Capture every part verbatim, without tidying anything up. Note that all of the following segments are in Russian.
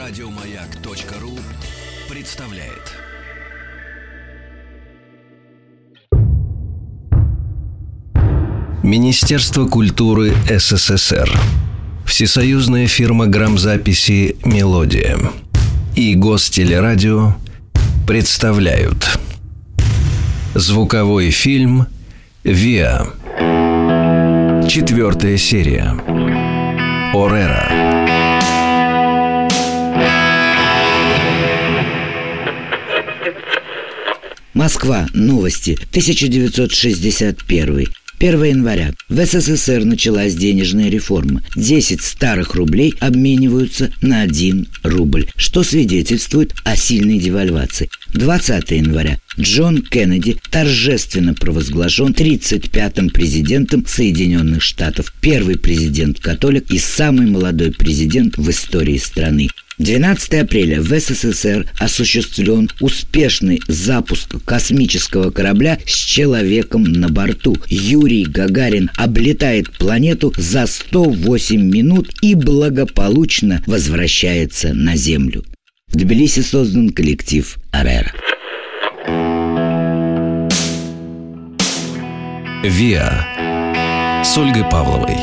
Радиомаяк.ру представляет. Министерство культуры СССР, Всесоюзная фирма грамзаписи «Мелодия» и Гостелерадио представляют звуковой фильм «Виа». Четвертая серия. Орера. Москва. Новости. тысяча девятьсот шестьдесят первый. первого января. В СССР началась денежная реформа. десять старых рублей обмениваются на один рубль, что свидетельствует о сильной девальвации. двадцатого января. Джон Кеннеди торжественно провозглашен тридцать пятым президентом Соединенных Штатов. Первый президент-католик и самый молодой президент в истории страны. двенадцатого апреля в СССР осуществлен успешный запуск космического корабля с человеком на борту. Юрий Гагарин облетает планету за сто восемь минут и благополучно возвращается на Землю. В Тбилиси создан коллектив «Орера». «Виа» с Ольгой Павловой.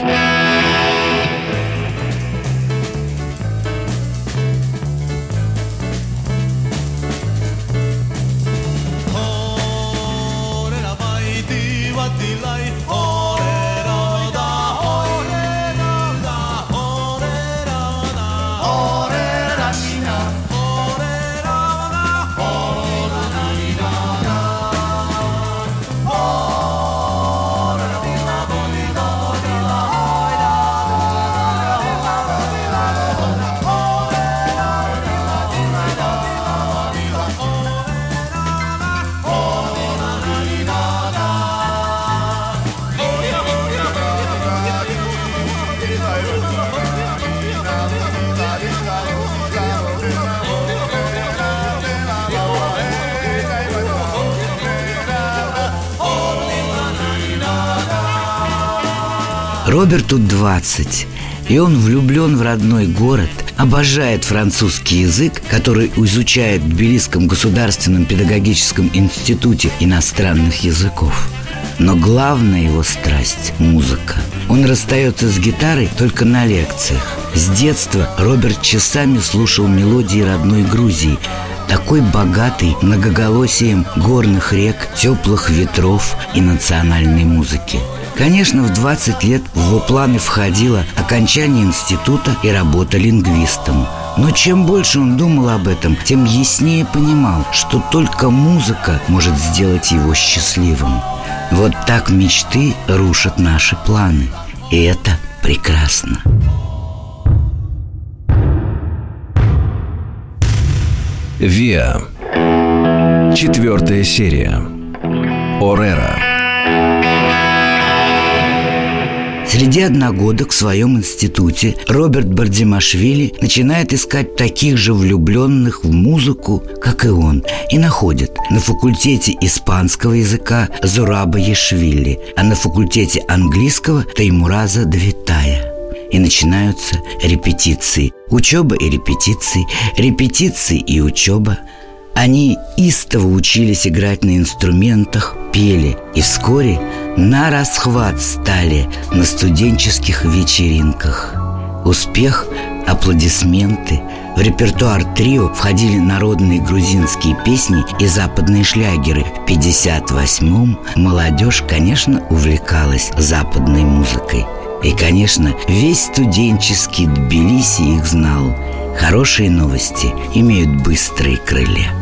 Роберту двадцать, и он влюблен в родной город, обожает французский язык, который изучает в Тбилисском государственном педагогическом институте иностранных языков. Но главная его страсть – музыка. Он расстается с гитарой только на лекциях. С детства Роберт часами слушал мелодии родной Грузии, такой богатой многоголосием горных рек, теплых ветров и национальной музыки. Конечно, в двадцать лет в его планы входило окончание института и работа лингвистом. Но чем больше он думал об этом, тем яснее понимал, что только музыка может сделать его счастливым. Вот так мечты рушат наши планы. И это прекрасно. «Виа». Четвертая серия. Орера. Среди одногодок в своем институте Роберт Бардзимашвили начинает искать таких же влюбленных в музыку, как и он, и находит на факультете испанского языка Зураба Ешвили, а на факультете английского Теймураза Двитая. И начинаются репетиции. Учеба и репетиции, репетиции и учеба. Они истово учились играть на инструментах, пели и вскоре на расхват стали на студенческих вечеринках. Успех, аплодисменты. В репертуар трио входили народные грузинские песни и западные шлягеры. В пятьдесят восьмом молодежь, конечно, увлекалась западной музыкой. И, конечно, весь студенческий Тбилиси их знал. Хорошие новости имеют быстрые крылья.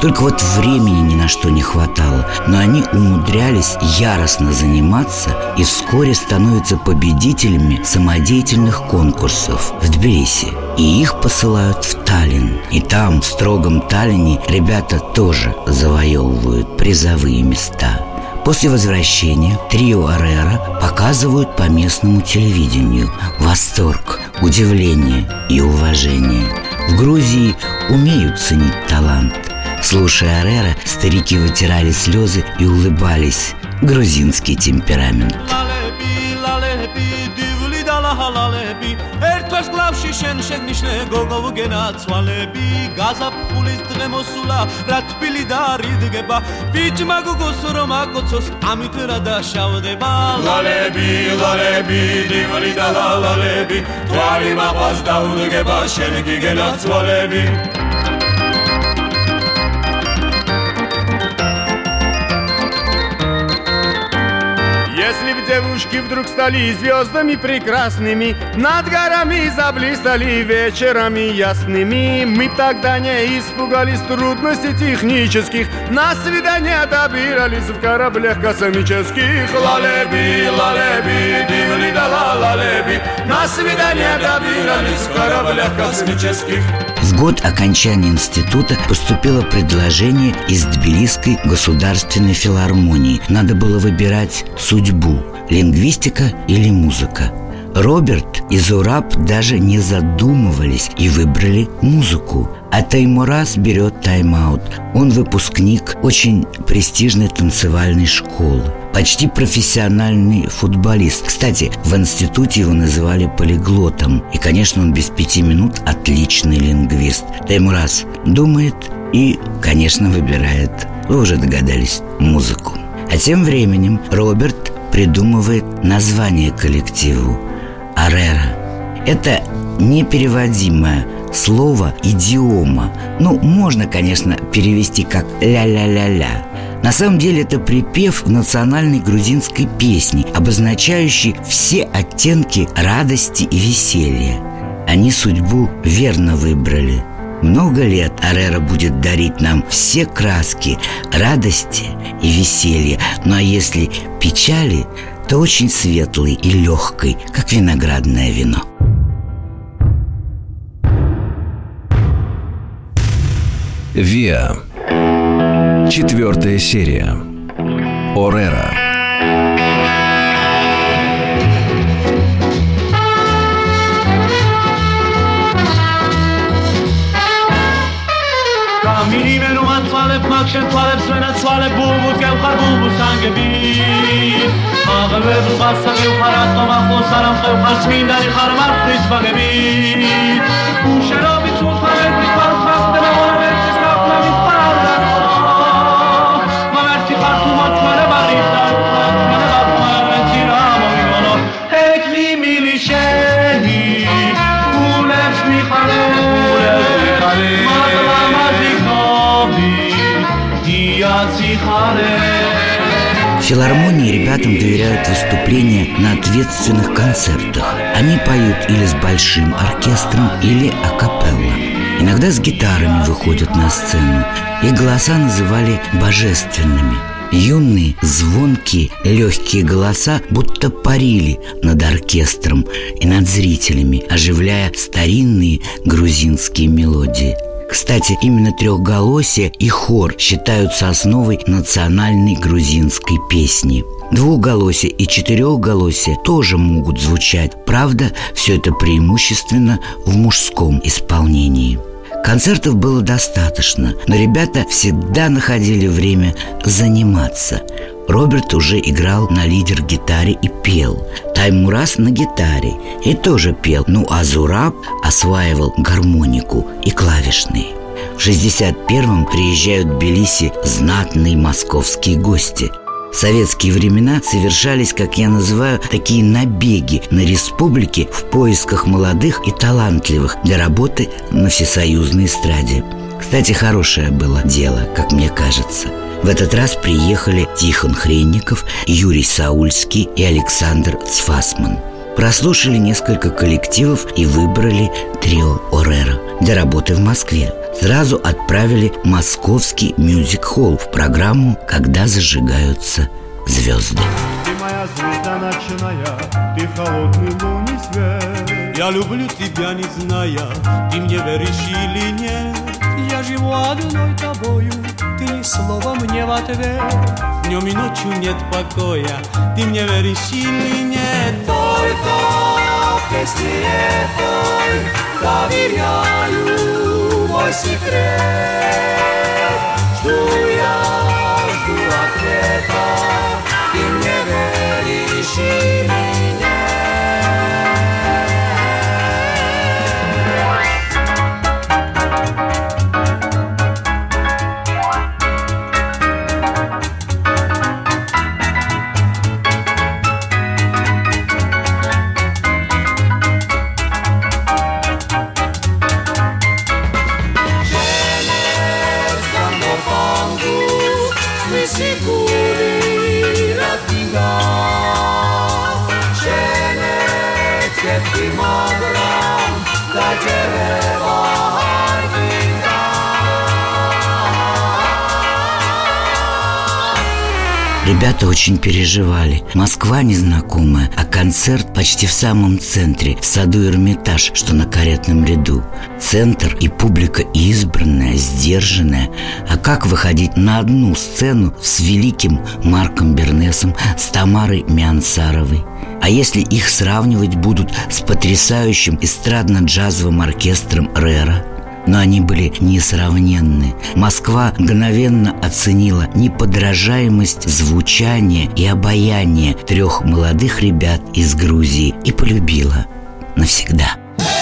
Только вот времени ни на что не хватало, но они умудрялись яростно заниматься и вскоре становятся победителями самодеятельных конкурсов в Тбилиси. И их посылают в Таллин. И там, в строгом Таллине, ребята тоже завоевывают призовые места. После возвращения трио Орера показывают по местному телевидению восторг, удивление и уважение. В Грузии умеют ценить талант. Слушая Орера, старики вытирали слезы и улыбались. Грузинский темперамент. ერთვას გლავში შენ შეგნიშნე გოგო გენაცვალები გაზაფხულის დღე მოსულა რა თბილი და რიდგება ბიჭმა გოგოს რომ აკოცოს ამით რა დაშავდება ლალები ლალები დივლი და ლალები თვალი მაყავს დაუდგება შენ გიგენაცვალები Если б девушки вдруг стали звездами прекрасными, над горами заблистали вечерами ясными, мы тогда не испугались трудностей технических, на свидания добирались в кораблях космических. Лалеби, лалеби, дивли да лалеби, на свидания добирались в кораблях космических. В год окончания института поступило предложение из Тбилисской государственной филармонии. Надо было выбирать судьбу – лингвистика или музыка. Роберт и Зураб даже не задумывались и выбрали музыку. А Таймураз берет тайм-аут. Он выпускник очень престижной танцевальной школы. Почти профессиональный футболист. Кстати, в институте его называли полиглотом. И, конечно, он без пяти минут отличный лингвист. Таймураз думает и, конечно, выбирает, вы уже догадались, музыку. А тем временем Роберт придумывает название коллективу – Орера. Это непереводимое слово идиома. Ну, можно, конечно, перевести как «ля-ля-ля-ля». На самом деле это припев национальной грузинской песни, обозначающий все оттенки радости и веселья. Они судьбу верно выбрали. Много лет Орера будет дарить нам все краски радости и веселья. Ну а если печали, то очень светлой и легкой, как виноградное вино. Виа. Четвертая серия. Орера. Каминивен уацвалев макшен твалев свена цвалев бубут гевхар бубут сангеби Агвев басса гевхар атома хосарам гевхар сминдани хармар фрис багеби Ушероби цун фарев фрис бар факт дема варев фрис факт намит парда Маверти фарту мацмане барифтар Мацмане барфмане тирамо виноно Хекли мили шени Улев смихале Улев смихале В филармонии ребятам доверяют выступления на ответственных концертах. Они поют или с большим оркестром, или акапелла. Иногда с гитарами выходят на сцену. Их голоса называли божественными. Юные, звонкие, легкие голоса будто парили над оркестром и над зрителями, оживляя старинные грузинские мелодии. Кстати, именно трехголосие и хор считаются основой национальной грузинской песни. Двухголосие и четырехголосие тоже могут звучать. Правда, все это преимущественно в мужском исполнении. Концертов было достаточно, но ребята всегда находили время заниматься. Роберт уже играл на лидер-гитаре и пел. Таймураз на гитаре и тоже пел. Ну а Зураб осваивал гармонику и клавишные. В шестьдесят первом приезжают в Тбилиси знатные московские гости. В советские времена совершались, как я называю, такие набеги на республики в поисках молодых и талантливых для работы на всесоюзной эстраде. Кстати, хорошее было дело, как мне кажется. В этот раз приехали Тихон Хренников, Юрий Саульский и Александр Цфасман. Прослушали несколько коллективов и выбрали трио Орера для работы в Москве. Сразу отправили в Московский мюзик-холл в программу «Когда зажигаются звезды». Ты моя звезда ночная, ты холодный лунный свет. Я люблю тебя, не зная, ты мне веришь или нет. Я живу одной тобою, ты ни слова мне в ответ. Днем и ночью нет покоя, ты мне веришь или нет. Только песни этой доверяю мой секрет. Жду я, жду ответа, ты мне веришь или нет. Sicuri rapiga, Cenet che magram, da cereva ardiga. Ребята очень переживали. Москва незнакомая, а концерт почти в самом центре, в саду Эрмитаж, что на Каретном ряду. Центр и публика избранная, сдержанная. А как выходить на одну сцену с великим Марком Бернесом, с Тамарой Миансаровой? А если их сравнивать будут с потрясающим эстрадно-джазовым оркестром Рера? Но они были несравненны. Москва мгновенно оценила неподражаемость звучания и обаяния трех молодых ребят из Грузии и полюбила навсегда.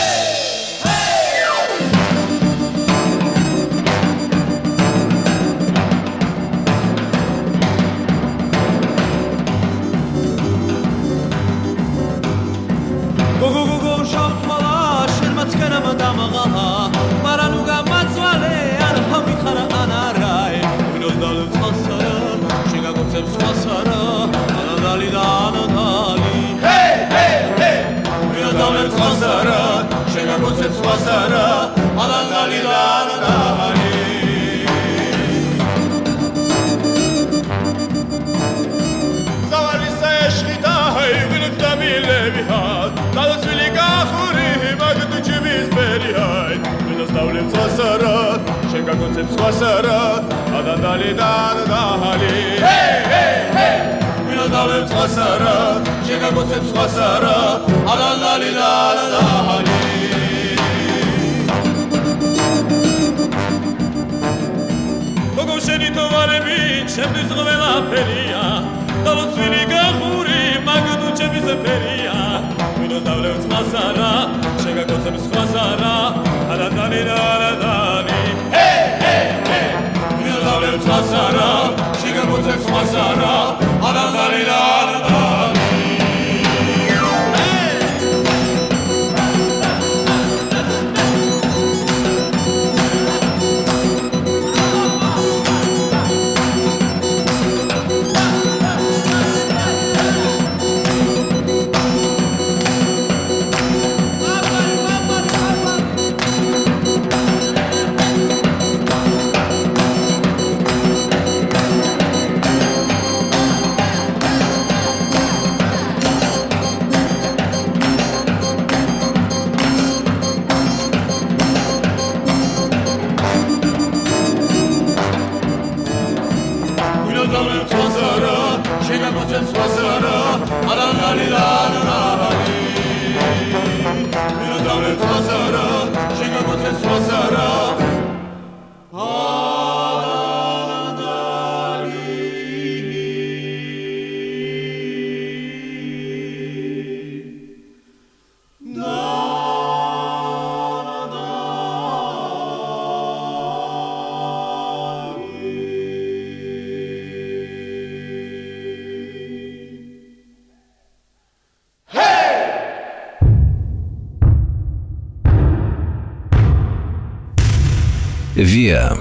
Виа.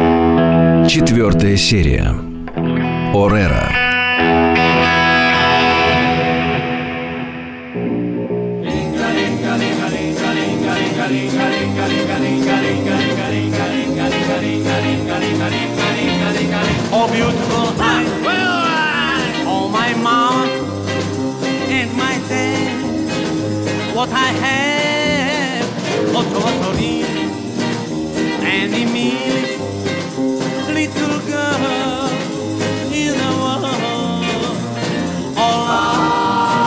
Четвертая серия. Орера. what I have, also a sorry, and Emily, little girl in the world. All I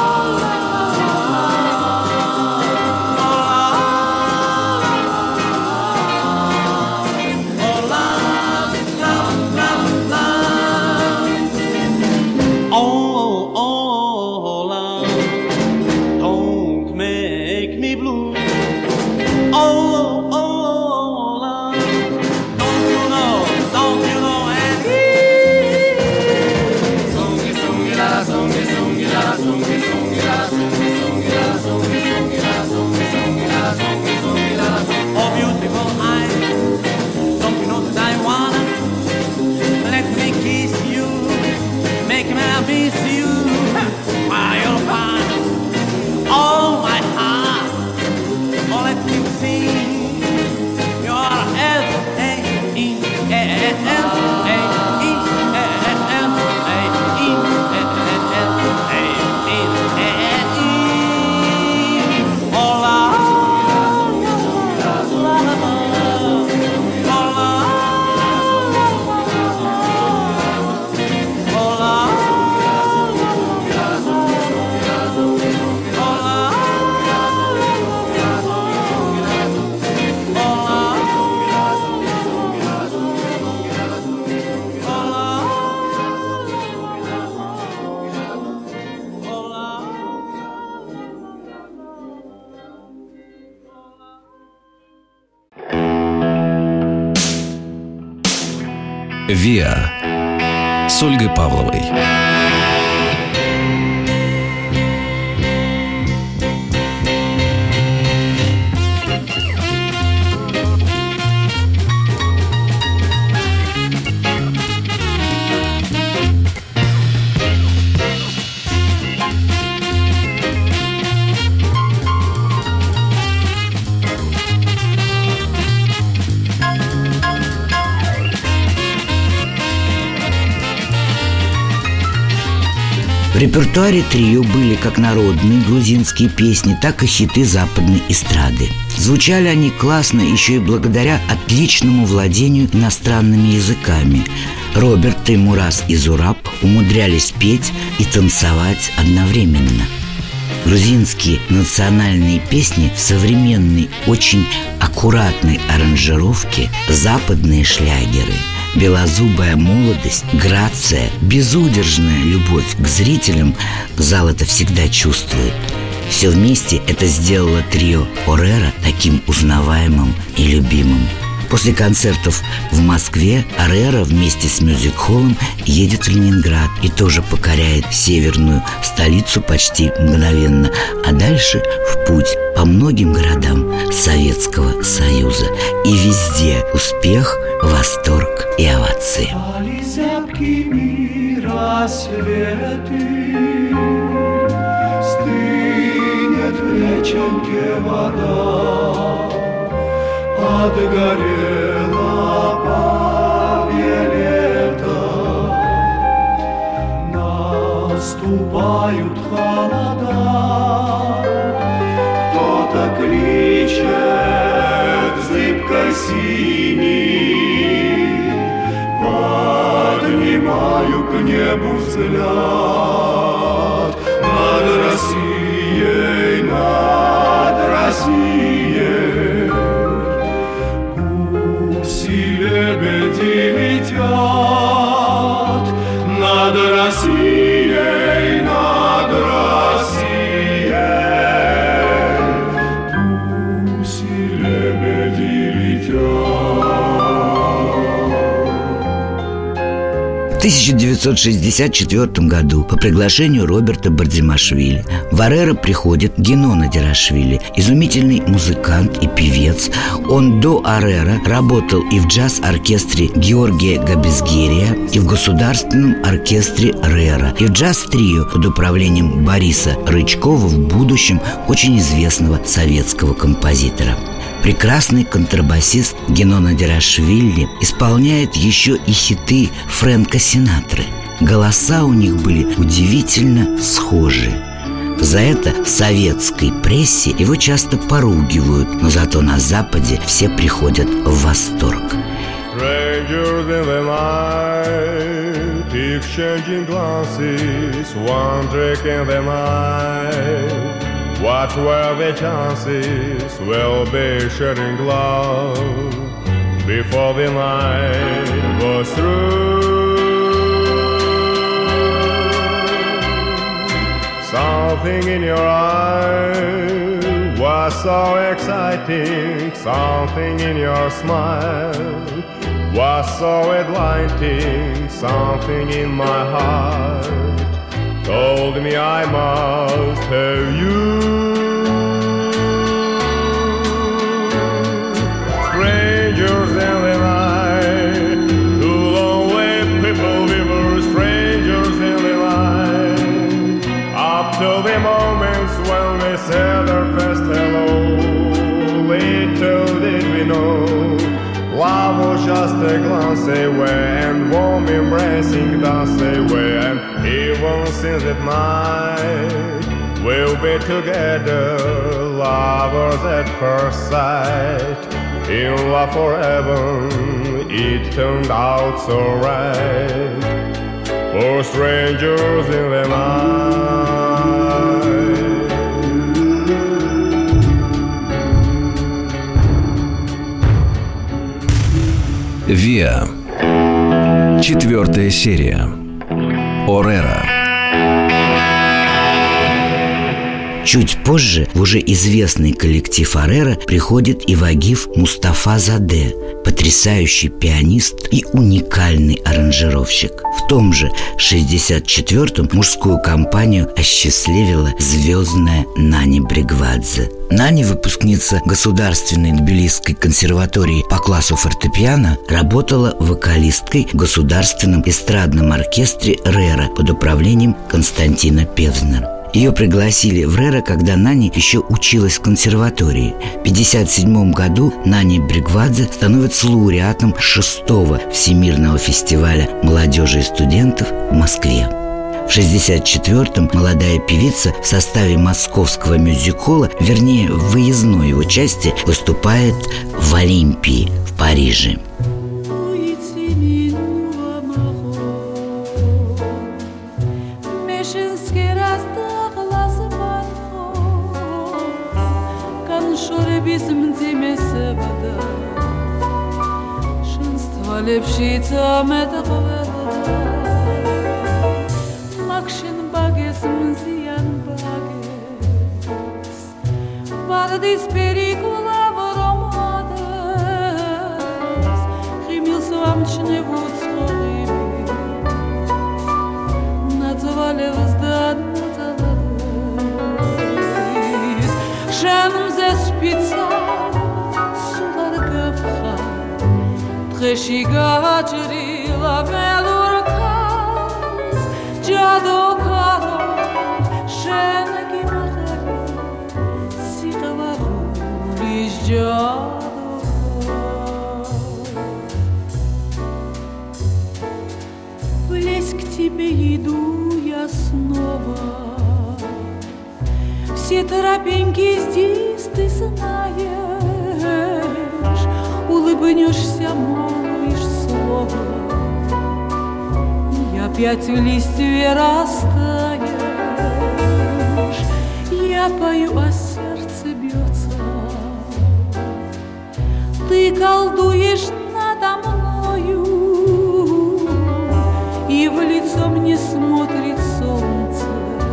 «Виа» с Ольгой Павловой. В репертуаре трио были как народные грузинские песни, так и хиты западной эстрады. Звучали они классно еще и благодаря отличному владению иностранными языками. Роберт и Мурас и Зураб умудрялись петь и танцевать одновременно. Грузинские национальные песни в современной, очень аккуратной аранжировке, западные шлягеры, белозубая молодость, грация, безудержная любовь к зрителям, зал это всегда чувствует. Все вместе это сделало трио Орера таким узнаваемым и любимым. После концертов в Москве Орера вместе с мюзик-холлом едет в Ленинград и тоже покоряет северную столицу почти мгновенно, а дальше в путь по многим городам Советского Союза. И везде успех, восторг и овации. Стынет в реченьке вода, отгорело бабье лето. Наступают холода, кто-то кличет зыбкой синий. Поднимаю к небу взгляд над Россией, над Россией. Лебеди летят над Россией, над Россией. Пусть лебеди летят. В тысяча девятьсот шестьдесят четвёртом году по приглашению Роберта Бардзимашвили в Орера приходит Гено Надирашвили, изумительный музыкант и певец. Он до Орера работал и в джаз-оркестре Георгия Габезгерия, и в государственном оркестре Рера, и в джаз-трио под управлением Бориса Рычкова, в будущем очень известного советского композитора. Прекрасный контрабасист Гено Надирашвили исполняет еще и хиты Фрэнка Синатры. Голоса у них были удивительно схожи. За это в советской прессе его часто поругивают, но зато на Западе все приходят в восторг. Strangers in the night, exchanging glances, one drink in the night. What were the chances? We'll be sharing love before the night was through. Something in your eyes was so exciting. Something in your smile was so enlightening. Something in my heart told me I must have you. Strangers in the night, two lonely people, we were strangers in the night. Up till the moments when we said our first hello, little did we know love was just a glance away, and warm embracing dance away. And even since that night, we'll be together, lovers at first sight. In love forever, it turned out so right. For strangers in the night. Виа. Четвертая серия. Орера. Чуть позже в уже известный коллектив Орера приходит и Вагиф Мустафа-Заде, потрясающий пианист и уникальный аранжировщик. В том же шестьдесят четвёртом мужскую компанию осчастливила звездная Нани Бригвадзе. Нани, выпускница Государственной Тбилисской консерватории по классу фортепиано, работала вокалисткой в Государственном эстрадном оркестре РЭРа под управлением Константина Певзнера. Ее пригласили в РЭРа, когда Нани еще училась в консерватории. В пятьдесят седьмом году Нани Бригвадзе становится лауреатом шестого Всемирного фестиваля молодежи и студентов в Москве. В шестьдесят четвёртом молодая певица в составе московского мюзик-холла, вернее, в выездной его части, выступает в Олимпии в Париже. Lepšica me dovede, makšen bages mzijan bages, vardis pericula voromades, chimil svam čnevut skoribis, nadzvale vzdan nadzvales, šenom ze spica, sudargavcha, Treshiga ġrila velurkaz, ġadu karo, xena gimaħali, siqavaru li ġadu в лес к тебе иду я снова, все тропинки здесь ты знаешь, улыбнешься, молвишь слово, и опять в листве растаешь. Я пою, а сердце бьется, ты колдуешь надо мною, и в лицо мне смотрит солнце,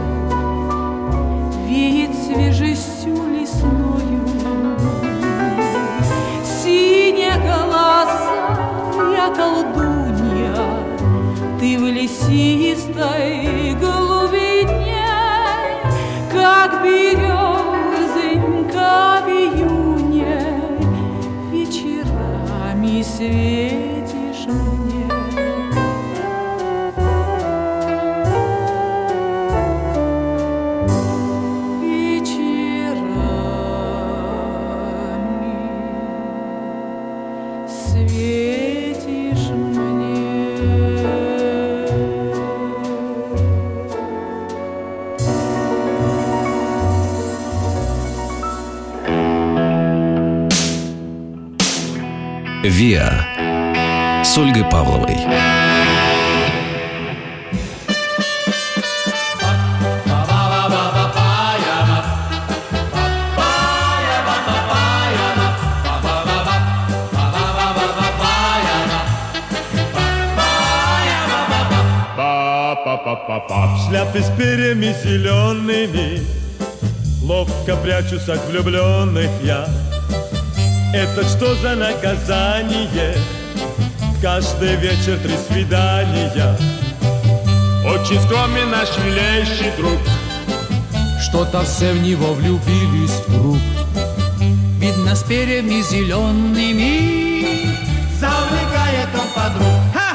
веет свежестью лесною. Я колдунья, ты в лесистой глубине, как березонька в июне, вечерами светишь мне. «Виа» с Ольгой Павловой. Шляпы с перьями зелеными ловко прячусь от влюбленных я. Это что за наказание? Каждый вечер три свидания. Очень скромен наш милейший друг. Что-то все в него влюбились вдруг. Видно, с перьями зелеными завлекает он подруг.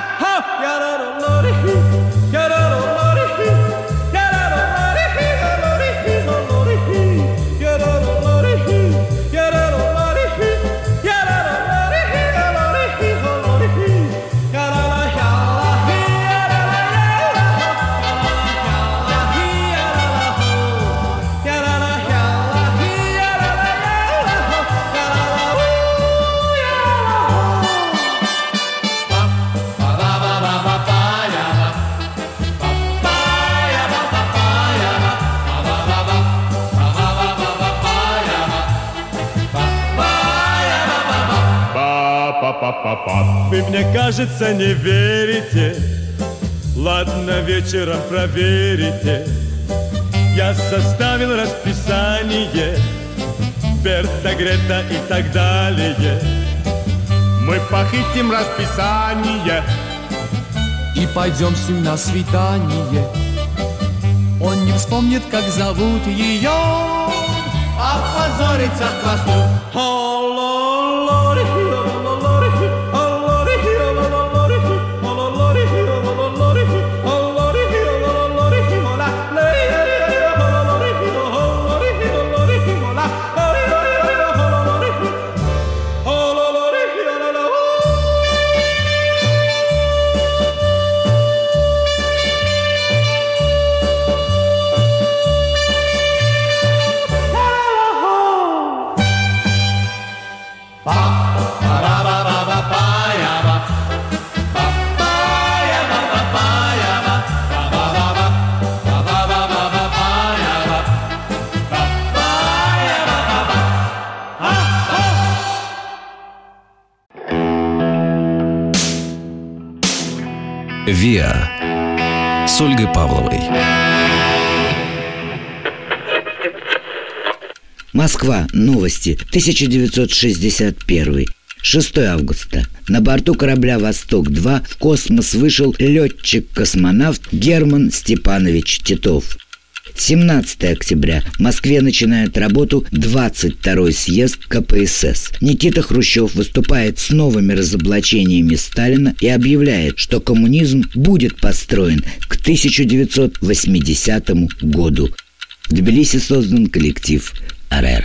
Вы, мне кажется, не верите. Ладно, вечером проверите. Я составил расписание Берта, Грета и так далее. Мы похитим расписание и пойдем с ним на свидание. Он не вспомнит, как зовут ее, опозорится в хвосту. «Виа» с Ольгой Павловой. Москва. Новости. тысяча девятьсот шестьдесят первый. шестого августа. На борту корабля «Восток-два» в космос вышел летчик-космонавт Герман Степанович Титов. семнадцатого октября в Москве начинает работу двадцать второй съезд ка пэ эс эс. Никита Хрущев выступает с новыми разоблачениями Сталина и объявляет, что коммунизм будет построен к тысяча девятьсот восьмидесятому году. В Тбилиси создан коллектив «Орера».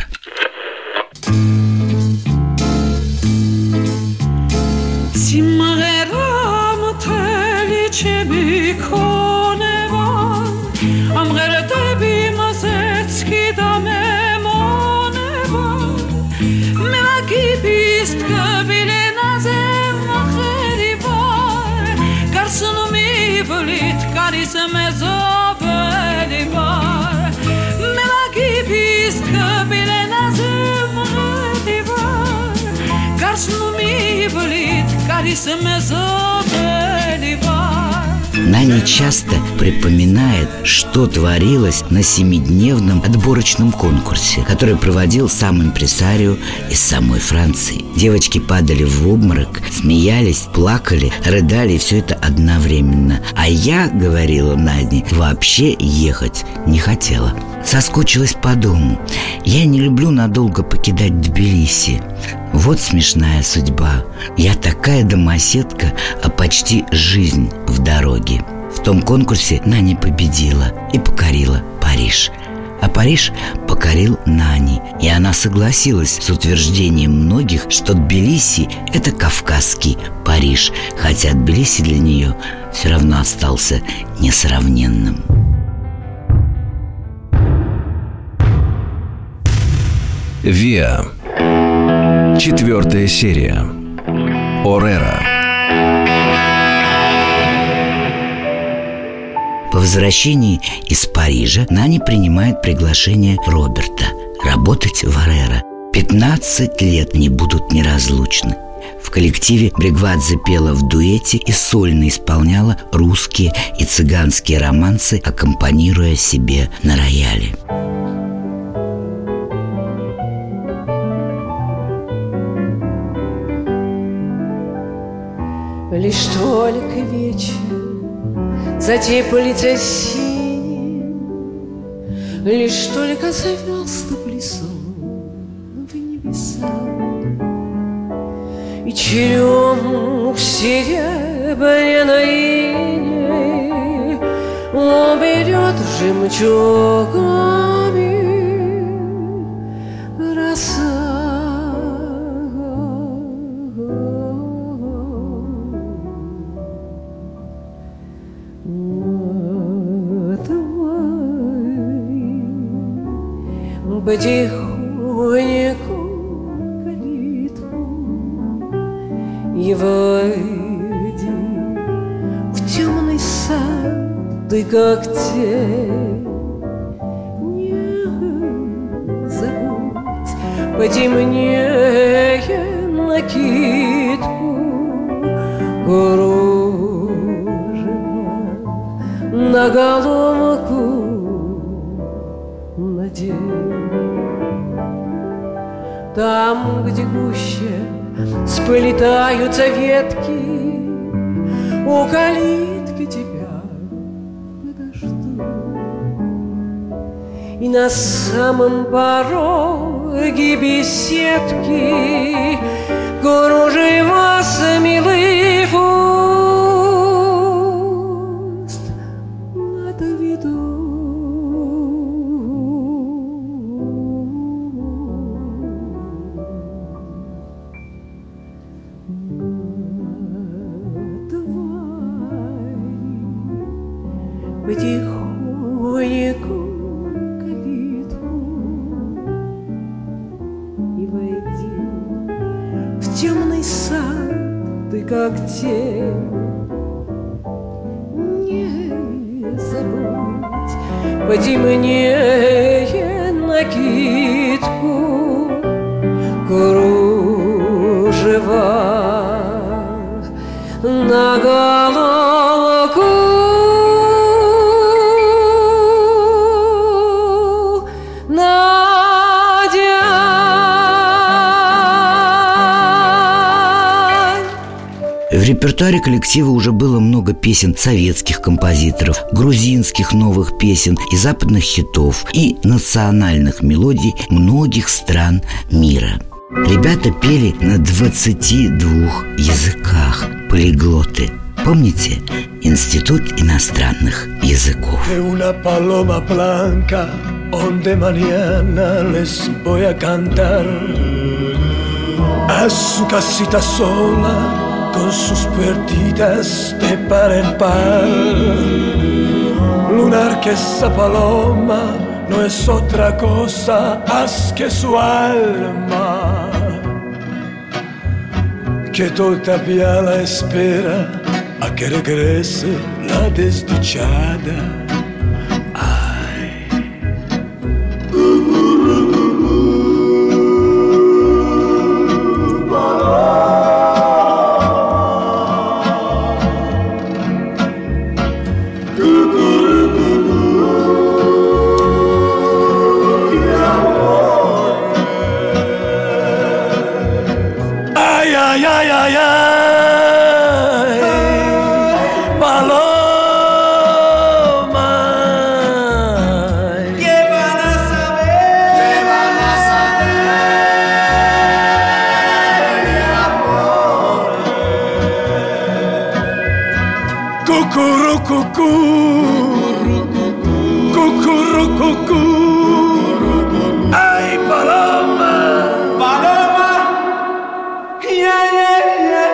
Наня часто припоминает, что творилось на семидневном отборочном конкурсе, который проводил сам импресарио из самой Франции. Девочки падали в обморок, смеялись, плакали, рыдали, и все это одновременно. А я, говорила Надя, вообще ехать не хотела. Соскучилась по дому. Я не люблю надолго покидать Тбилиси. Вот смешная судьба. Я такая домоседка, а почти жизнь в дороге. В том конкурсе Наня победила и покорила Париж. А Париж покорил Нани. И она согласилась с утверждением многих, что Тбилиси – это кавказский Париж, хотя Тбилиси для нее все равно остался несравненным. «Виа». Четвертая серия. Орера. По возвращении из Парижа Нани принимает приглашение Роберта работать в Орера. пятнадцать лет не будут неразлучны. В коллективе Бригвадзе пела в дуэте и сольно исполняла русские и цыганские романсы, аккомпанируя себе на рояле. Лишь только вечер затеплится синим, лишь только звезды плясут в небесах, и черемух серебряной иней уберет жемчугами роса. Потихоньку калитку и войди в темный сад, ты как тень. Не забудь потемнее накидку, кружева на головку надень. Там, где гуще сплетаются ветки, у калитки тебя подожду. И на самом пороге беседки кружева с милых уст отведу. Потихоньку калитку и войди в темный сад, ты как тень. Не забудь потемнее накидку, кружева на головку В репертуаре коллектива уже было много песен советских композиторов, грузинских новых песен и западных хитов, и национальных мелодий многих стран мира. Ребята пели на двадцати двух языках, полиглоты. Помните? Институт иностранных языков. Con sus perdidas de par en par, lunar que esa paloma no es otra cosa más que su alma, que todavía la espera a que regrese la desdichada. Ay, paloma, paloma, yeah, yeah, yeah.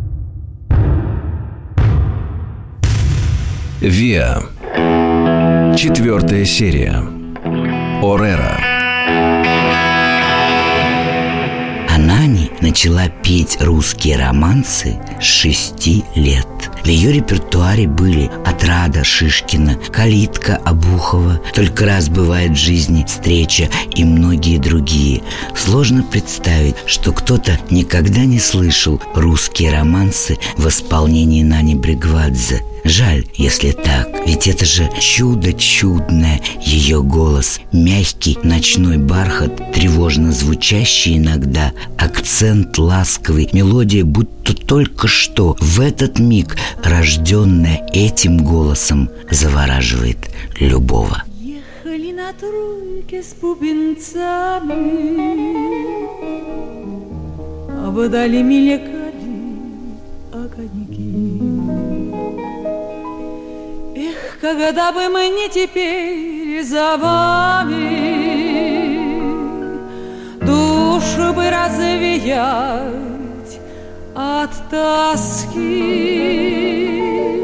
Виа. Четвертая серия. Орера. Нани начала петь русские романсы с шести лет. В ее репертуаре были «Отрада» Шишкина, «Калитка» Обухова, «Только раз бывает в жизни встреча» и многие другие. Сложно представить, что кто-то никогда не слышал русские романсы в исполнении Нани Бригвадзе. Жаль, если так, ведь это же чудо чудное, ее голос, мягкий ночной бархат, тревожно звучащий иногда, акцент ласковый, мелодия будто только что, в этот миг, рожденная этим голосом, завораживает любого. Ехали на тройке с бубенцами, а вдали мелькали огоньки. Эх, когда бы мы не теперь за вами, душу бы развеять от тоски.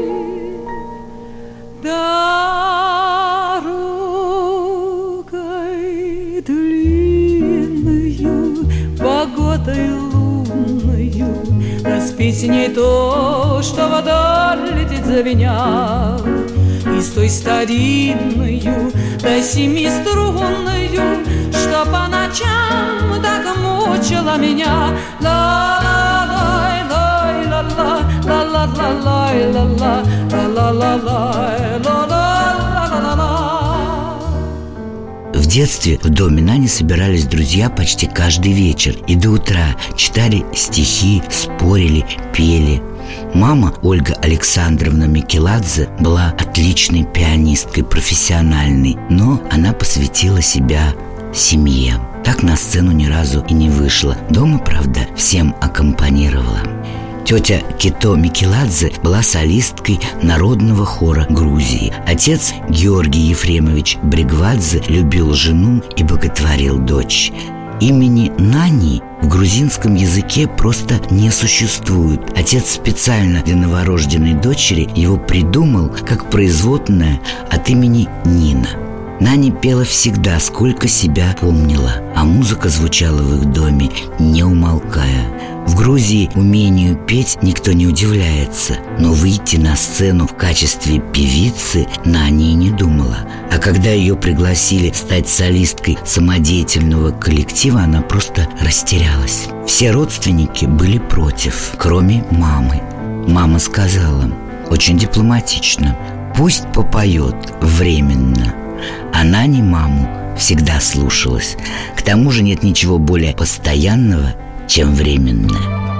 Дорогой длинною, погодой лунною, распить не то, что вода летит за меня, и с той старинною, да семиструнною, что по ночам так мучила меня. Ла-ла-лай, ла-ла, ла-ла-ла-лай, ла-ла, ла-ла-ла-лай, ла-ла-ла-ла-ла. В детстве в доме Нани собирались друзья почти каждый вечер и до утра читали стихи, спорили, пели. Мама, Ольга Александровна Микеладзе, была отличной пианисткой, профессиональной, но она посвятила себя семье. Так на сцену ни разу и не вышла. Дома, правда, всем аккомпанировала. Тетя Кито Микеладзе была солисткой народного хора Грузии. Отец Георгий Ефремович Бригвадзе любил жену и боготворил дочь. Имени Нани в грузинском языке просто не существует. Отец специально для новорожденной дочери его придумал как производное от имени Нина. Нани пела всегда, сколько себя помнила, а музыка звучала в их доме, не умолкая. В Грузии умению петь никто не удивляется, но выйти на сцену в качестве певицы Нани и не думала. А когда ее пригласили стать солисткой самодеятельного коллектива, она просто растерялась. Все родственники были против, кроме мамы. Мама сказала, очень дипломатично, пусть попоет временно. А Нани маму всегда слушалась. К тому же нет ничего более постоянного, чем временное.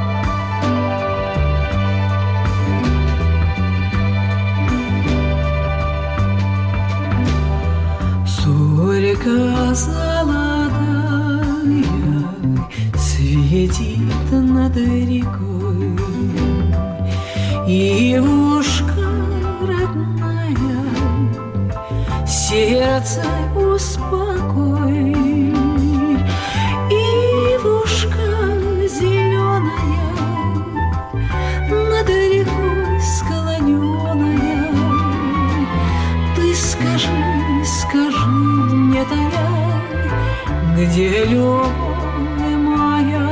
Зорька золотая светит над рекой, Ивушка родная, сердце успокой. Ивушка зеленая, над рекой склоненная, ты скажи, скажи мне, тая, где любовь моя?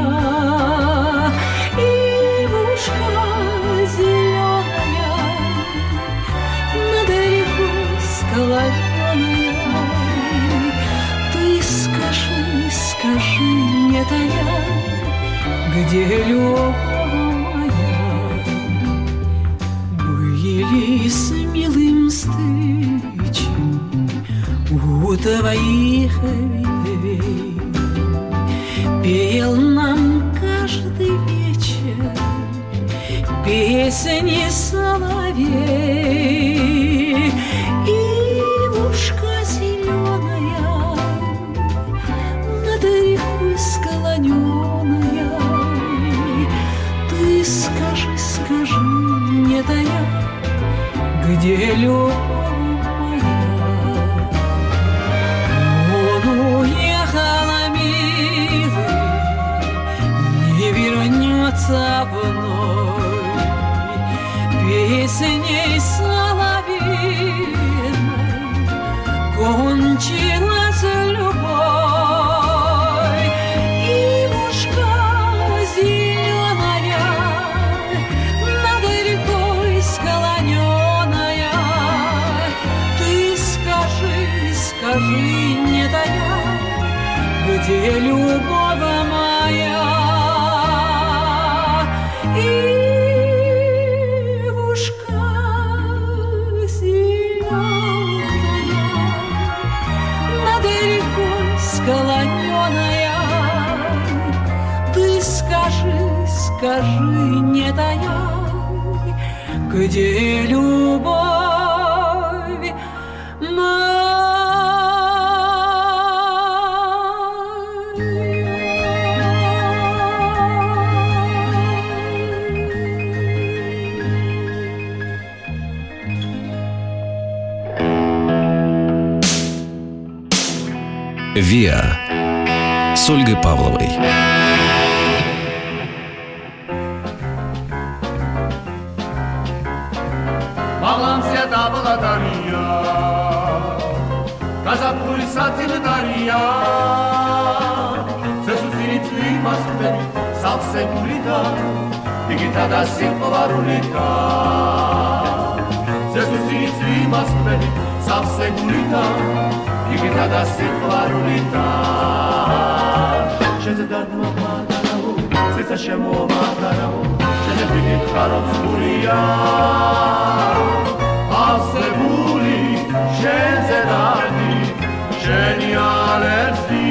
Ивушка зеленая, над рекой склоненная, ты скажи, скажи мне, тая, где любовь моя? Были с милым встречи у твоих ветвей, пел нам каждый вечер песни соловей. Ивушка зеленая, над рекой склоненная, ты скажи, скажи мне, тая, где любовь моя? Он уехала, милый, не вернется вновь, песней соловьиной кончилась любовь. Ивушка зеленая над рекой склоненная, ты скажи, скажи, не тая, где любовь моя? Ивушка зеленая над рекой склоненная, ты скажи, скажи, не тая, где любовь моя? «Виа» с Ольгой Павловой. Мамлам света была Дарья, Казапури сатил Дарья, Сесусирицли Москве, Савсе Гурида, Дигитада Симповарулика, Сесусирицли Москве, Савсе Гурида, Дигитада Симповарулика. Шезе дадма матарау, Сеца шемо матарау, Шезе пигит хароб Гурия. Asebuli, Shenzedani, Genialesti,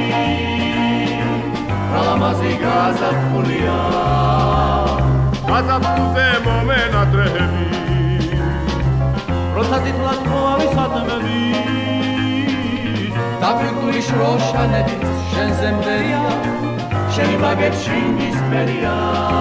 Ramazi Gaza Fulia, Gaza Fuze Momena Trevi, Rotatit Latmovi Satmevi, Tabrikulish Roshanevit, Shenzemberia, Shenibaget Shinisperia.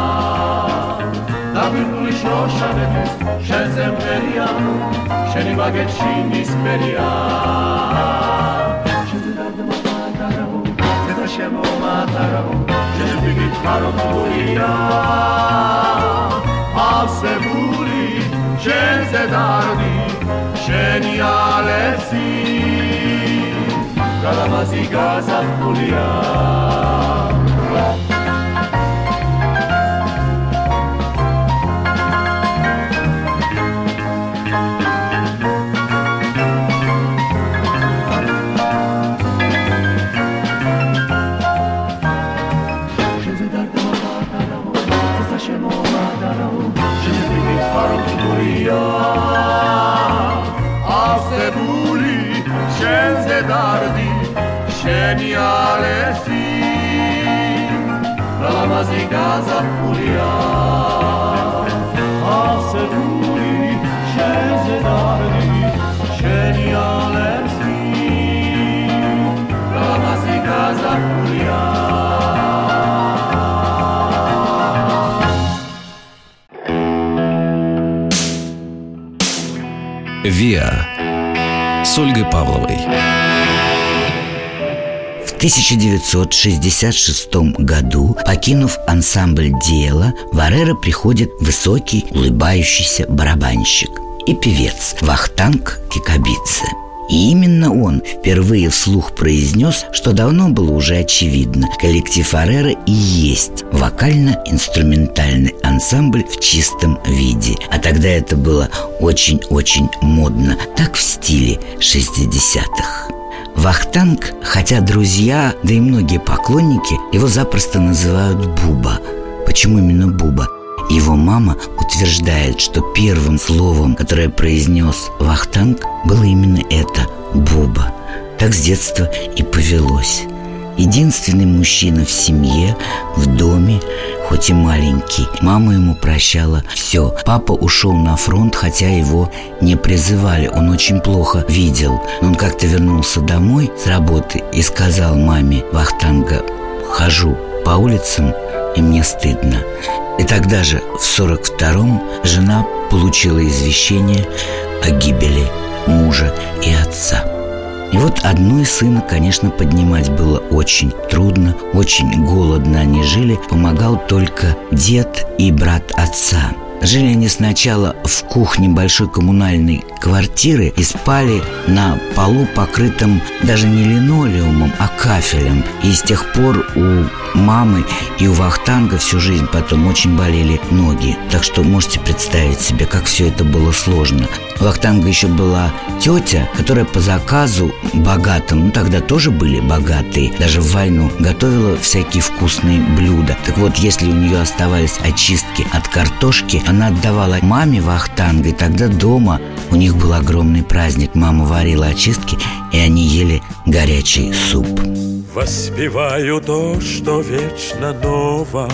Dabrikulish Roshanevit, Shenzemberia, Shenibaget Shinisperia. Shenzedadma Matarau, Zeta Shemo Matarau, Shenzebigit Harov Guria. Asebuli, Shenzedardi, Shenialesi, Galamazi Gaza Fulia. Asebuli, Shenzedardi, Shenialesi, Ramazi Gaza Fulia. Asebuli, Shenzedardi, Shenialesi, Ramazi Gaza Fulia. «Виа» с Ольгой Павловой. В тысяча девятьсот шестьдесят шестом году, покинув ансамбль «Дело», в Орера приходит высокий, улыбающийся барабанщик и певец Вахтанг Кикабидзе. И именно он впервые вслух произнес, что давно было уже очевидно: коллектив Орера и есть вокально-инструментальный ансамбль в чистом виде. А тогда это было очень-очень модно, так в стиле шестидесятых. Вахтанг, хотя друзья, да и многие поклонники его запросто называют Буба. Почему именно Буба? Его мама утверждает, что первым словом, которое произнес Вахтанг, было именно это – Буба. Так с детства и повелось. Единственный мужчина в семье, в доме, хоть и маленький. Мама ему прощала все. Папа ушел на фронт, хотя его не призывали. Он очень плохо видел. Но он как-то вернулся домой с работы и сказал маме Вахтанга: «Хожу по улицам, и мне стыдно». И тогда же, в сорок втором, жена получила извещение о гибели мужа и отца. И вот одной сына, конечно, поднимать было очень трудно, очень голодно они жили. Помогал только дед и брат отца. Жили они сначала в кухне большой коммунальной квартиры и спали на полу, покрытым даже не линолеумом, а кафелем. И с тех пор у мамы и у Вахтанга всю жизнь потом очень болели ноги. Так что можете представить себе, как все это было сложно. У Вахтанга еще была тетя, которая по заказу богатым, ну тогда тоже были богатые, даже в войну, готовила всякие вкусные блюда. Так вот, если у нее оставались очистки от картошки, она отдавала маме Вахтанга, и тогда дома у них был огромный праздник. Мама варила очистки, и они ели горячий суп. Воспеваю то, что вечно ново,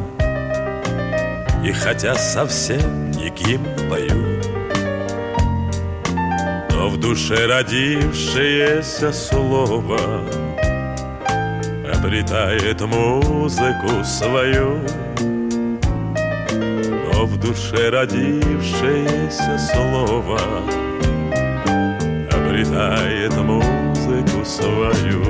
и хотя совсем не гимн пою, но в душе родившееся слово обретает музыку свою. Но в душе родившееся слово обретает музыку свою.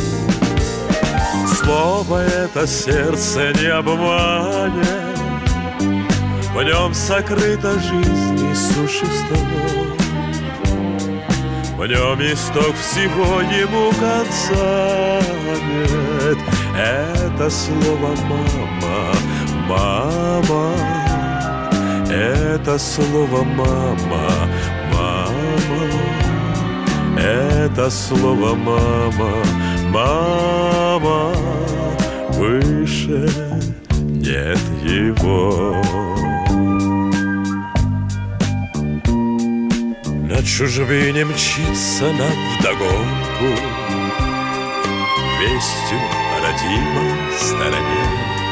Слово это сердце не обманет, в нем сокрыта жизнь и существо, в нем исток всего, ему конца нет. Это слово «мама», «мама», это слово «мама», «мама», это слово «мама», «мама», выше нет его. На чужбине мчится нам вдогонку вестью о родимой стороне.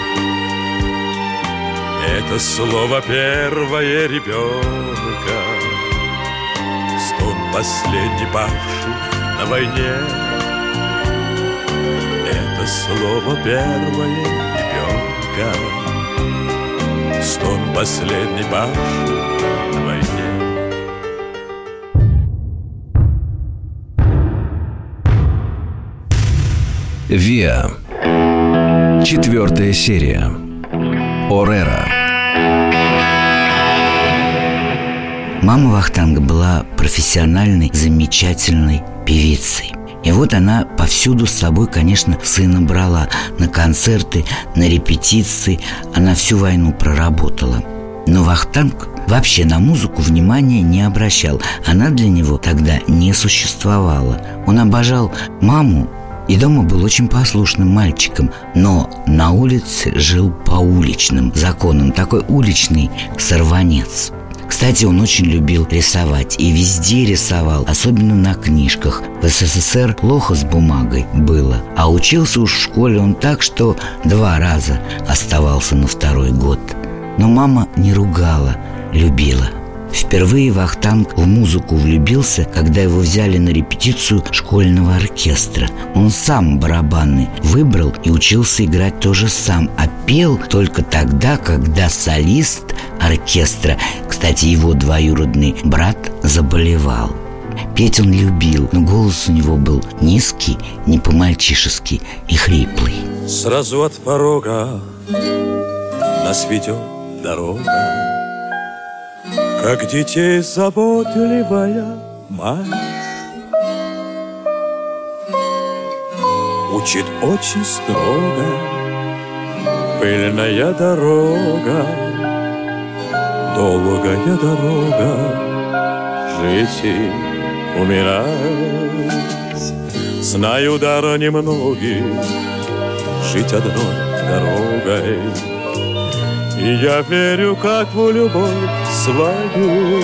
Это слово первое ребенка, стон последний павших на войне. Это слово первое ребенка, стон последний павших на войне. Виа. Четвертая серия. Орера. Мама Вахтанга была профессиональной, замечательной певицей. И вот она повсюду с собой, конечно, сына брала на концерты, на репетиции. Она всю войну проработала. Но Вахтанг вообще на музыку внимания не обращал. Она для него тогда не существовала. Он обожал маму и дома был очень послушным мальчиком, но на улице жил по уличным законам, такой уличный сорванец. Кстати, он очень любил рисовать и везде рисовал, особенно на книжках. В СССР плохо с бумагой было, а учился уж в школе он так, что два раза оставался на второй год. Но мама не ругала, любила. Впервые Вахтанг в музыку влюбился, когда его взяли на репетицию школьного оркестра. Он сам барабаны выбрал и учился играть тоже сам, а пел только тогда, когда солист оркестра, кстати, его двоюродный брат, заболевал. Петь он любил, но голос у него был низкий, не по-мальчишески и хриплый. Сразу от порога нас ведет дорога, как детей заботливая мать. Учит очень строго пыльная дорога, долгая дорога, жить и умирать. Знаю дар немногих жить одной дорогой, и я верю, как в любовь свою.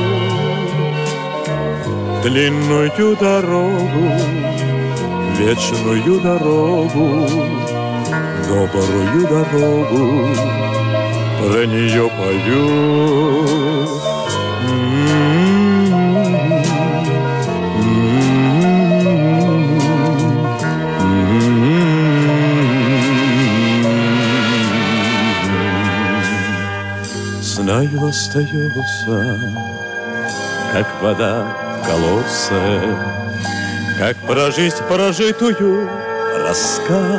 Длинную дорогу, вечную дорогу, добрую дорогу, про нее пою. Знаю, остается, как вода в колодце, как про жизнь прожитую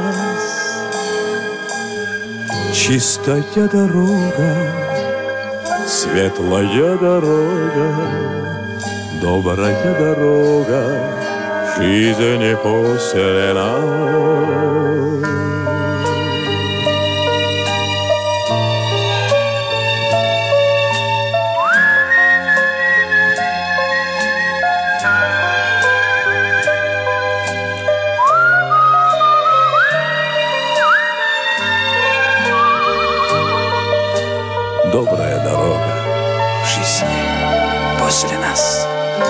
рассказ. Чистая дорога, Светлая дорога, добрая дорога, жизни после нас. Добрая дорога жизни после нас.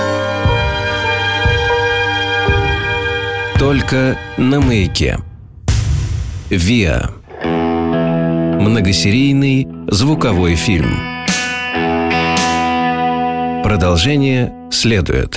Только на Маяке. ВИА. Многосерийный звуковой фильм. Продолжение следует.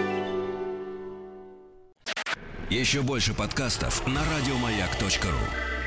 Еще больше подкастов на радиомаяк точка ру.